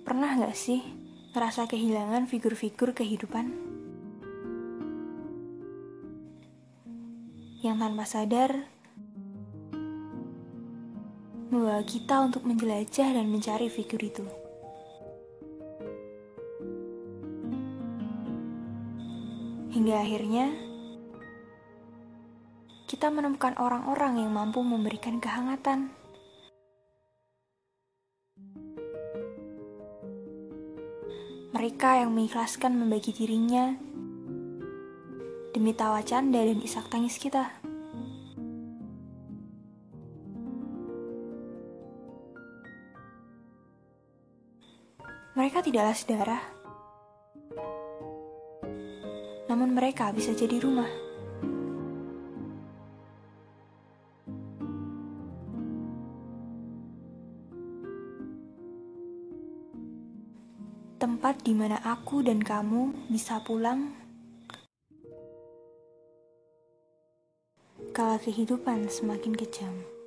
Pernah gak sih ngerasa kehilangan figur-figur kehidupan? Yang tanpa sadar membawa kita untuk menjelajah dan mencari figur itu. Hingga akhirnya kita menemukan orang-orang yang mampu memberikan kehangatan. Mereka yang mengikhlaskan membagi dirinya demi tawa canda dan isak tangis kita. Mereka tidaklah saudara, namun mereka bisa jadi rumah. Tempat di mana aku dan kamu bisa pulang kala kehidupan semakin kejam.